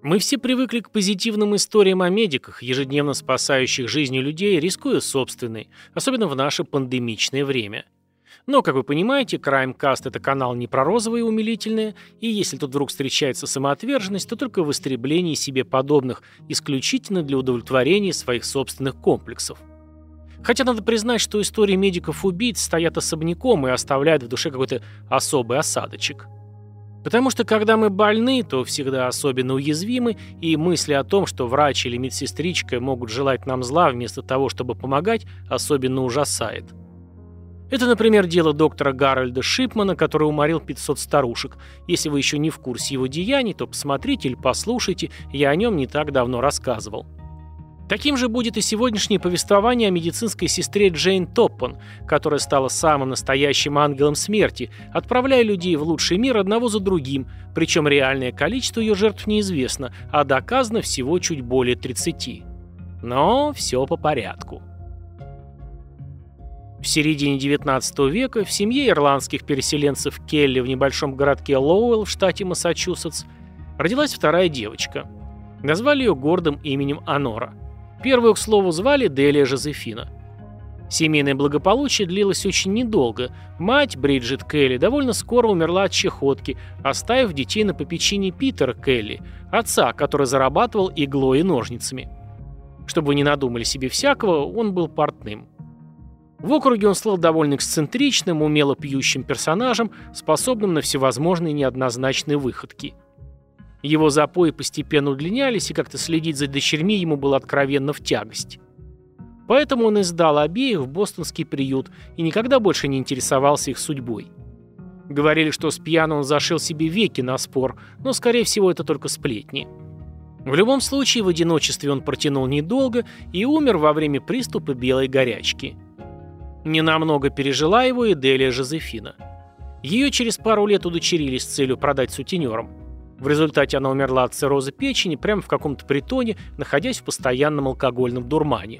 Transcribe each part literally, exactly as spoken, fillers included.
Мы все привыкли к позитивным историям о медиках, ежедневно спасающих жизни людей, рискуя собственной, особенно в наше пандемичное время. Но, как вы понимаете, Краймкаст — это канал не про розовые и умилительные, и если тут вдруг встречается самоотверженность, то только в истреблении себе подобных, исключительно для удовлетворения своих собственных комплексов. Хотя надо признать, что истории медиков-убийц стоят особняком и оставляют в душе какой-то особый осадочек. Потому что когда мы больны, то всегда особенно уязвимы, и мысли о том, что врач или медсестричка могут желать нам зла вместо того, чтобы помогать, особенно ужасает. Это, например, дело доктора Гарольда Шипмана, который уморил пятьсот старушек. Если вы еще не в курсе его деяний, то посмотрите или послушайте, я о нем не так давно рассказывал. Таким же будет и сегодняшнее повествование о медицинской сестре Джейн Топпан, которая стала самым настоящим ангелом смерти, отправляя людей в лучший мир одного за другим, причем реальное количество ее жертв неизвестно, а доказано всего чуть более тридцати. Но все по порядку. В середине девятнадцатого века в семье ирландских переселенцев Келли в небольшом городке Лоуэлл в штате Массачусетс родилась вторая девочка. Назвали ее гордым именем Анора. Первую, к слову, звали Делия Жозефина. Семейное благополучие длилось очень недолго. Мать, Бриджит Келли, довольно скоро умерла от чахотки, оставив детей на попечении Питера Келли, отца, который зарабатывал иглой и ножницами. Чтобы вы не надумали себе всякого, он был портным. В округе он стал довольно эксцентричным, умело пьющим персонажем, способным на всевозможные неоднозначные выходки. Его запои постепенно удлинялись, и как-то следить за дочерьми ему было откровенно в тягость. Поэтому он и сдал обеих в бостонский приют и никогда больше не интересовался их судьбой. Говорили, что с пьяну он зашил себе веки на спор, но, скорее всего, это только сплетни. В любом случае, в одиночестве он протянул недолго и умер во время приступа белой горячки. Ненамного пережила его и Делия Жозефина. Ее через пару лет удочерили с целью продать сутенерам. В результате она умерла от цирроза печени прямо в каком-то притоне, находясь в постоянном алкогольном дурмане.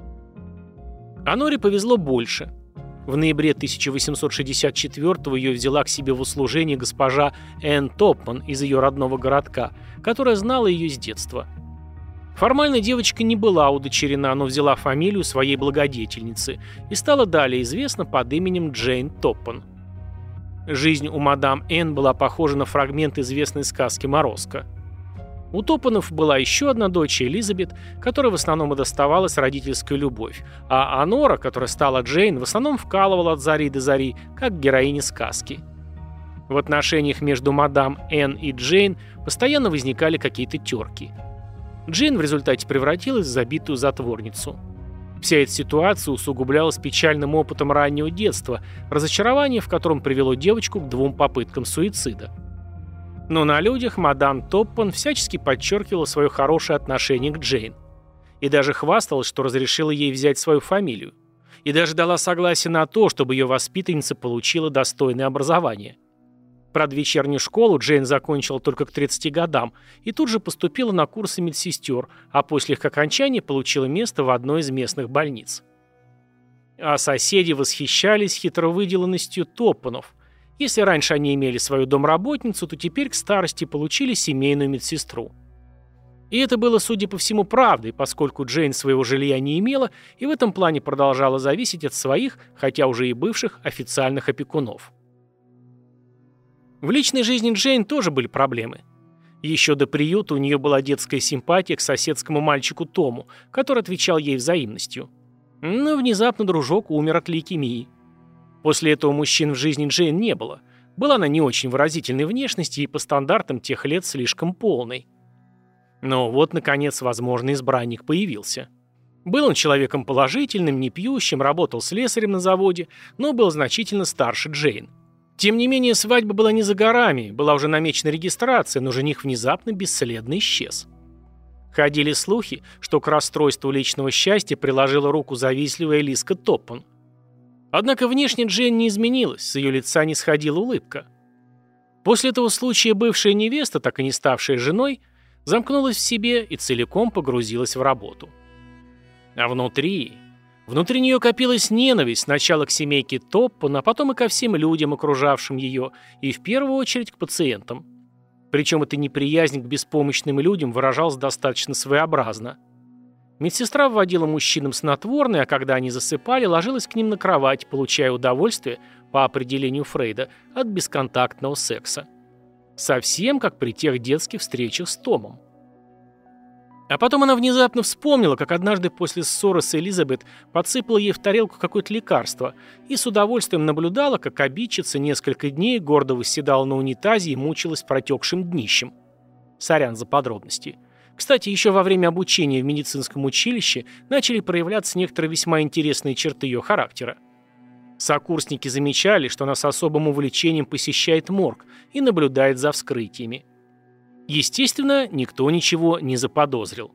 Аноре повезло больше. В ноябре тысяча восемьсот шестьдесят четвёртого ее взяла к себе в услужение госпожа Энн Топпан из ее родного городка, которая знала ее с детства. Формально девочка не была удочерена, но взяла фамилию своей благодетельницы и стала далее известна под именем Джейн Топпан. Жизнь у мадам Энн была похожа на фрагмент известной сказки «Морозко». У Топпанов была еще одна дочь, Элизабет, которой в основном и доставалась родительская любовь, а Анора, которая стала Джейн, в основном вкалывала от зари до зари, как героиня сказки. В отношениях между мадам Энн и Джейн постоянно возникали какие-то терки. Джейн в результате превратилась в забитую затворницу. Вся эта ситуация усугублялась печальным опытом раннего детства, разочарование в котором привело девочку к двум попыткам суицида. Но на людях мадам Топпан всячески подчеркивала свое хорошее отношение к Джейн. И даже хвасталась, что разрешила ей взять свою фамилию. И даже дала согласие на то, чтобы ее воспитанница получила достойное образование. Правда, вечернюю школу Джейн закончила только к тридцати годам и тут же поступила на курсы медсестер, а после их окончания получила место в одной из местных больниц. А соседи восхищались хитровыделанностью Топпанов. Если раньше они имели свою домработницу, то теперь к старости получили семейную медсестру. И это было, судя по всему, правдой, поскольку Джейн своего жилья не имела и в этом плане продолжала зависеть от своих, хотя уже и бывших, официальных опекунов. В личной жизни Джейн тоже были проблемы. Еще до приюта у нее была детская симпатия к соседскому мальчику Тому, который отвечал ей взаимностью. Но внезапно дружок умер от лейкемии. После этого мужчин в жизни Джейн не было. Была она не очень выразительной внешности и по стандартам тех лет слишком полной. Но вот, наконец, возможный избранник появился. Был он человеком положительным, не пьющим, работал слесарем на заводе, но был значительно старше Джейн. Тем не менее, свадьба была не за горами, была уже намечена регистрация, но жених внезапно бесследно исчез. Ходили слухи, что к расстройству личного счастья приложила руку завистливая Лиска Топпан. Однако внешне Джейн не изменилась, с ее лица не сходила улыбка. После этого случая бывшая невеста, так и не ставшая женой, замкнулась в себе и целиком погрузилась в работу. А внутри... Внутри нее копилась ненависть сначала к семейке Топпан, а потом и ко всем людям, окружавшим ее, и в первую очередь к пациентам. Причем эта неприязнь к беспомощным людям выражалась достаточно своеобразно. Медсестра вводила мужчинам снотворное, а когда они засыпали, ложилась к ним на кровать, получая удовольствие, по определению Фрейда, от бесконтактного секса. Совсем как при тех детских встречах с Томом. А потом она внезапно вспомнила, как однажды после ссоры с Элизабет подсыпала ей в тарелку какое-то лекарство и с удовольствием наблюдала, как обидчица несколько дней гордо восседала на унитазе и мучилась протекшим днищем. Сорян за подробности. Кстати, еще во время обучения в медицинском училище начали проявляться некоторые весьма интересные черты ее характера. Сокурсники замечали, что она с особым увлечением посещает морг и наблюдает за вскрытиями. Естественно, никто ничего не заподозрил.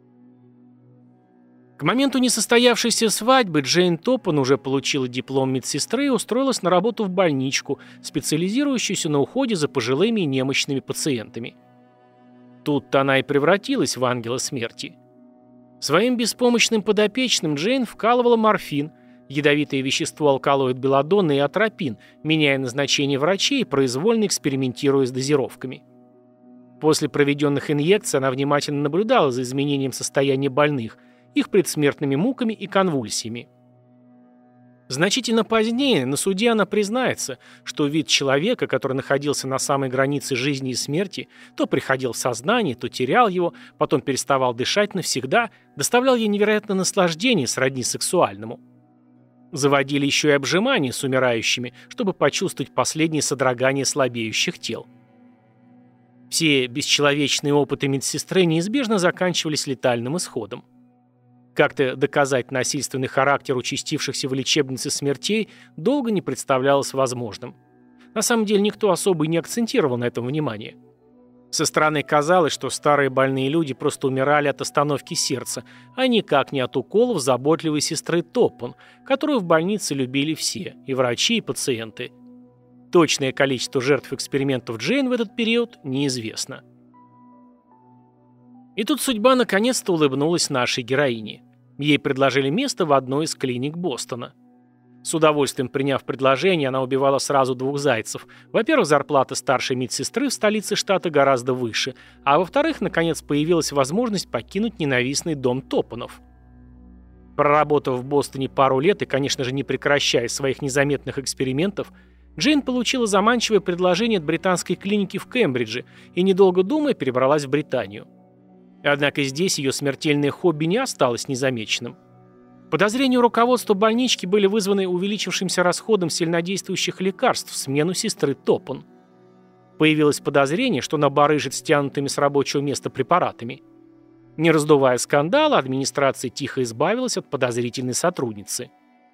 К моменту несостоявшейся свадьбы Джейн Топпан уже получила диплом медсестры и устроилась на работу в больничку, специализирующуюся на уходе за пожилыми и немощными пациентами. Тут-то она и превратилась в ангела смерти. Своим беспомощным подопечным Джейн вкалывала морфин, ядовитое вещество алкалоид белладонна и атропин, меняя назначение врачей и произвольно экспериментируя с дозировками. После проведенных инъекций она внимательно наблюдала за изменением состояния больных, их предсмертными муками и конвульсиями. Значительно позднее на суде она признается, что вид человека, который находился на самой границе жизни и смерти, то приходил в сознание, то терял его, потом переставал дышать навсегда, доставлял ей невероятное наслаждение сродни сексуальному. Заводили еще и обжимания с умирающими, чтобы почувствовать последнее содрогание слабеющих тел. Все бесчеловечные опыты медсестры неизбежно заканчивались летальным исходом. Как-то доказать насильственный характер участившихся в лечебнице смертей долго не представлялось возможным. На самом деле никто особо и не акцентировал на этом внимание. Со стороны казалось, что старые больные люди просто умирали от остановки сердца, а никак не от уколов заботливой сестры Топпан, которую в больнице любили все, и врачи, и пациенты. Точное количество жертв экспериментов Джейн в этот период неизвестно. И тут судьба наконец-то улыбнулась нашей героине. Ей предложили место в одной из клиник Бостона. С удовольствием приняв предложение, она убивала сразу двух зайцев. Во-первых, зарплата старшей медсестры в столице штата гораздо выше, а во-вторых, наконец появилась возможность покинуть ненавистный дом Топпанов. Проработав в Бостоне пару лет и, конечно же, не прекращая своих незаметных экспериментов, Джейн получила заманчивое предложение от британской клиники в Кембридже и, недолго думая, перебралась в Британию. Однако здесь ее смертельное хобби не осталось незамеченным. Подозрения у руководства больнички были вызваны увеличившимся расходом сильнодействующих лекарств в смену сестры Топпан. Появилось подозрение, что она барыжит стянутыми с рабочего места препаратами. Не раздувая скандала, администрация тихо избавилась от подозрительной сотрудницы.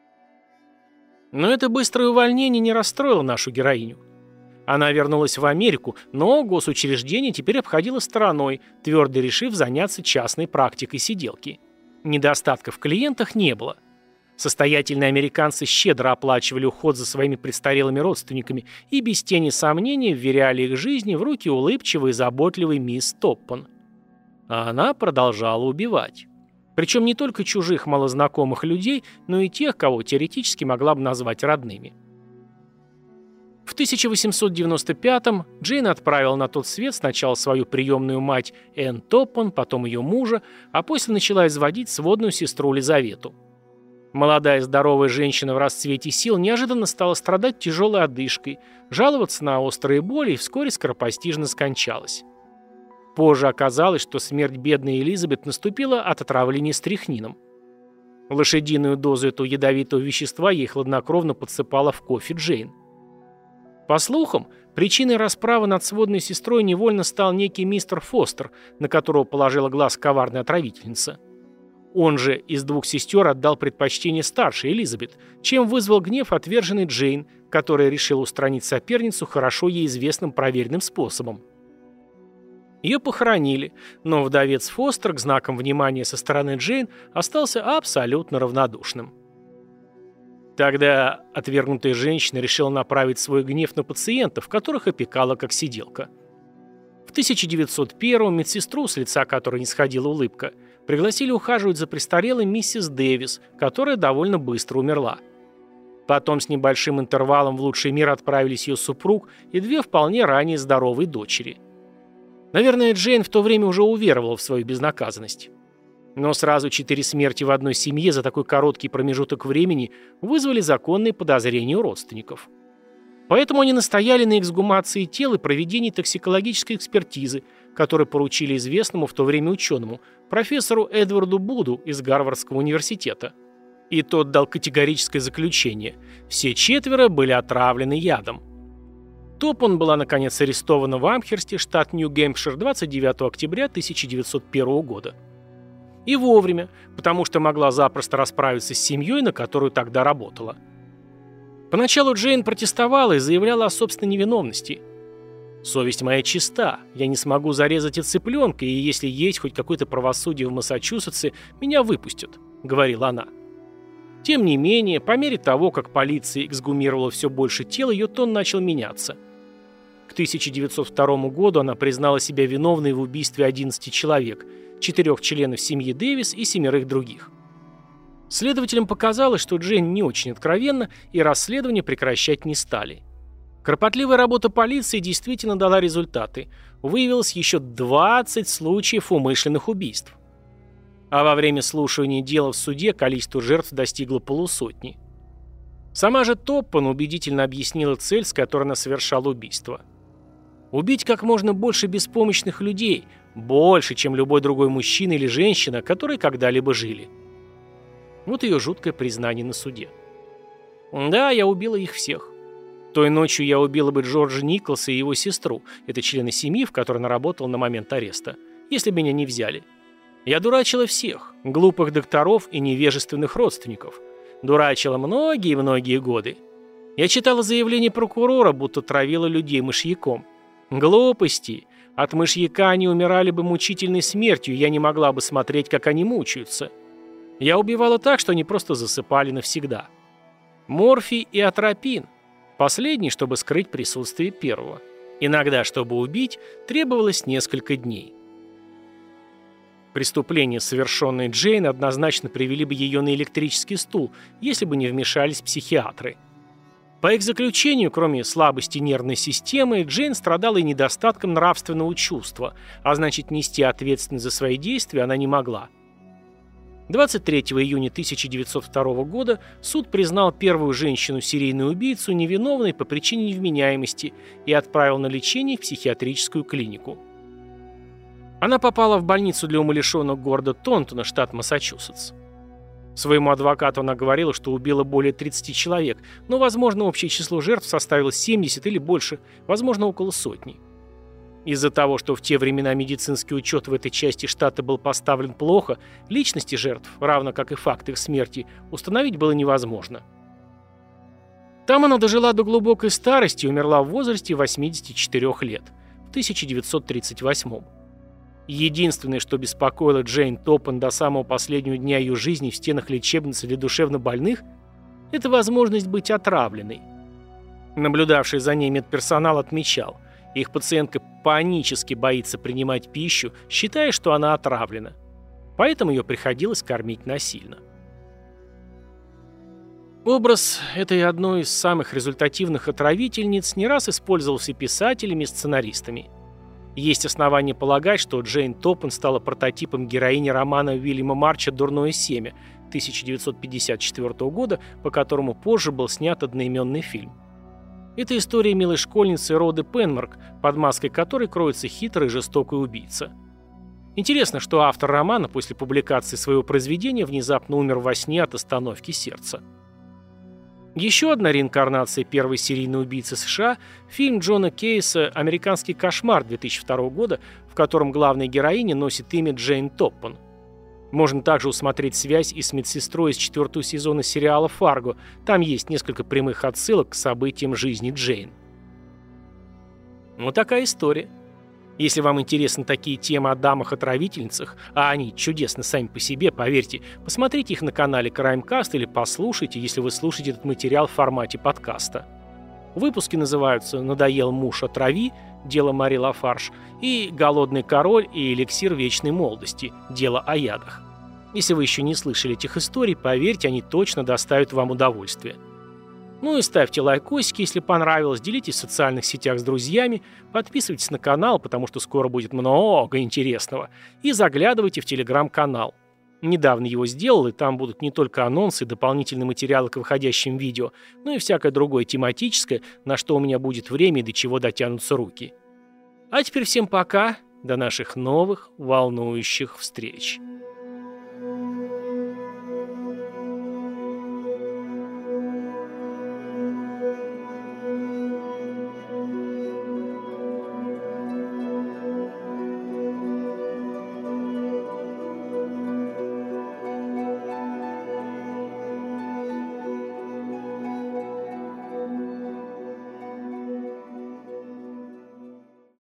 Но это быстрое увольнение не расстроило нашу героиню. Она вернулась в Америку, но госучреждение теперь обходило стороной, твердо решив заняться частной практикой сиделки. Недостатков в клиентах не было. Состоятельные американцы щедро оплачивали уход за своими престарелыми родственниками и без тени сомнений вверяли их жизни в руки улыбчивой и заботливой мисс Топпан. А она продолжала убивать. Причем не только чужих малознакомых людей, но и тех, кого теоретически могла бы назвать родными. В тысяча восемьсот девяносто пятом Джейн отправила на тот свет сначала свою приемную мать Энн Топпан, потом ее мужа, а после начала изводить сводную сестру Лизавету. Молодая здоровая женщина в расцвете сил неожиданно стала страдать тяжелой одышкой, жаловаться на острые боли и вскоре скоропостижно скончалась. Позже оказалось, что смерть бедной Элизабет наступила от отравления стрихнином. Лошадиную дозу этого ядовитого вещества ей хладнокровно подсыпала в кофе Джейн. По слухам, причиной расправы над сводной сестрой невольно стал некий мистер Фостер, на которого положила глаз коварная отравительница. Он же из двух сестер отдал предпочтение старшей Элизабет, чем вызвал гнев отверженной Джейн, которая решила устранить соперницу хорошо ей известным проверенным способом. Ее похоронили, но вдовец Фостер к знакам внимания со стороны Джейн остался абсолютно равнодушным. Тогда отвергнутая женщина решила направить свой гнев на пациентов, которых опекала как сиделка. В тысяча девятьсот первом медсестру, с лица которой не сходила улыбка, пригласили ухаживать за престарелой миссис Дэвис, которая довольно быстро умерла. Потом с небольшим интервалом в лучший мир отправились ее супруг и две вполне ранее здоровые дочери. Наверное, Джейн в то время уже уверовала в свою безнаказанность. Но сразу четыре смерти в одной семье за такой короткий промежуток времени вызвали законные подозрения у родственников. Поэтому они настояли на эксгумации тел и проведении токсикологической экспертизы, которую поручили известному в то время ученому, профессору Эдварду Буду из Гарвардского университета. И тот дал категорическое заключение: все четверо были отравлены ядом. Топпан была, наконец, арестована в Амхерсте, штат Нью-Гэмпшир, двадцать девятого октября тысяча девятьсот первого года. И вовремя, потому что могла запросто расправиться с семьей, на которую тогда работала. Поначалу Джейн протестовала и заявляла о собственной невиновности. «Совесть моя чиста, я не смогу зарезать и цыпленка, и если есть хоть какое-то правосудие в Массачусетсе, меня выпустят», — говорила она. Тем не менее, по мере того, как полиция эксгумировала все больше тел, ее тон начал меняться. К тысяча девятьсот второму году она признала себя виновной в убийстве одиннадцати человек, четырех членов семьи Дэвис и семерых других. Следователям показалось, что Джейн не очень откровенна, и расследование прекращать не стали. Кропотливая работа полиции действительно дала результаты. Выявилось еще двадцать случаев умышленных убийств. А во время слушания дела в суде количество жертв достигло полусотни. Сама же Топпан убедительно объяснила цель, с которой она совершала убийство. Убить как можно больше беспомощных людей, больше, чем любой другой мужчина или женщина, которые когда-либо жили. Вот ее жуткое признание на суде. Да, я убила их всех. Той ночью я убила бы Джорджа Николса и его сестру, это члены семьи, в которой она работала на момент ареста, если бы меня не взяли. Я дурачила всех, глупых докторов и невежественных родственников. Дурачила многие-многие годы. Я читала заявление прокурора, будто травила людей мышьяком. Глупости. От мышьяка они умирали бы мучительной смертью, и я не могла бы смотреть, как они мучаются. Я убивала так, что они просто засыпали навсегда. Морфий и атропин. Последний, чтобы скрыть присутствие первого. Иногда, чтобы убить, требовалось несколько дней. Преступления, совершенные Джейн, однозначно привели бы ее на электрический стул, если бы не вмешались психиатры. По их заключению, кроме слабости нервной системы, Джейн страдала и недостатком нравственного чувства, а значит, нести ответственность за свои действия она не могла. двадцать третьего июня тысяча девятьсот второго года суд признал первую женщину-серийную убийцу невиновной по причине невменяемости и отправил на лечение в психиатрическую клинику. Она попала в больницу для умалишенных города Тонтона, штат Массачусетс. Своему адвокату она говорила, что убила более тридцати человек, но, возможно, общее число жертв составило семьдесят или больше, возможно, около сотни. Из-за того, что в те времена медицинский учет в этой части штата был поставлен плохо, личности жертв, равно как и факты их смерти, установить было невозможно. Там она дожила до глубокой старости и умерла в возрасте восьмидесяти четырёх лет, в тысяча девятьсот тридцать восьмом. Единственное, что беспокоило Джейн Топпан до самого последнего дня ее жизни в стенах лечебницы для душевнобольных, это возможность быть отравленной. Наблюдавший за ней медперсонал отмечал, их пациентка панически боится принимать пищу, считая, что она отравлена. Поэтому ее приходилось кормить насильно. Образ этой одной из самых результативных отравительниц не раз использовался писателями и сценаристами. Есть основания полагать, что Джейн Топпан стала прототипом героини романа Уильяма Марча «Дурное семя» тысяча девятьсот пятьдесят четвёртого года, по которому позже был снят одноименный фильм. Это история милой школьницы Роды Пенмарк, под маской которой кроется хитрый и жестокий убийца. Интересно, что автор романа после публикации своего произведения внезапно умер во сне от остановки сердца. Еще одна реинкарнация первой серийной убийцы США – фильм Джона Кейса «Американский кошмар» две тысячи второго года, в котором главная героиня носит имя Джейн Топпан. Можно также усмотреть связь и с медсестрой из четвертого сезона сериала «Фарго». Там есть несколько прямых отсылок к событиям жизни Джейн. Вот такая история. Если вам интересны такие темы о дамах-отравительницах, а они чудесны сами по себе, поверьте, посмотрите их на канале Crimecast или послушайте, если вы слушаете этот материал в формате подкаста. Выпуски называются «Надоел муж, отрави», «Дело Мари Лафарж» и «Голодный король» и «Эликсир вечной молодости», «Дело о ядах». Если вы еще не слышали этих историй, поверьте, они точно доставят вам удовольствие. Ну и ставьте лайкосики, если понравилось, делитесь в социальных сетях с друзьями, подписывайтесь на канал, потому что скоро будет много интересного, и заглядывайте в телеграм-канал. Недавно его сделал, и там будут не только анонсы и дополнительные материалы к выходящим видео, но и всякое другое тематическое, на что у меня будет время и до чего дотянутся руки. А теперь всем пока, до наших новых волнующих встреч.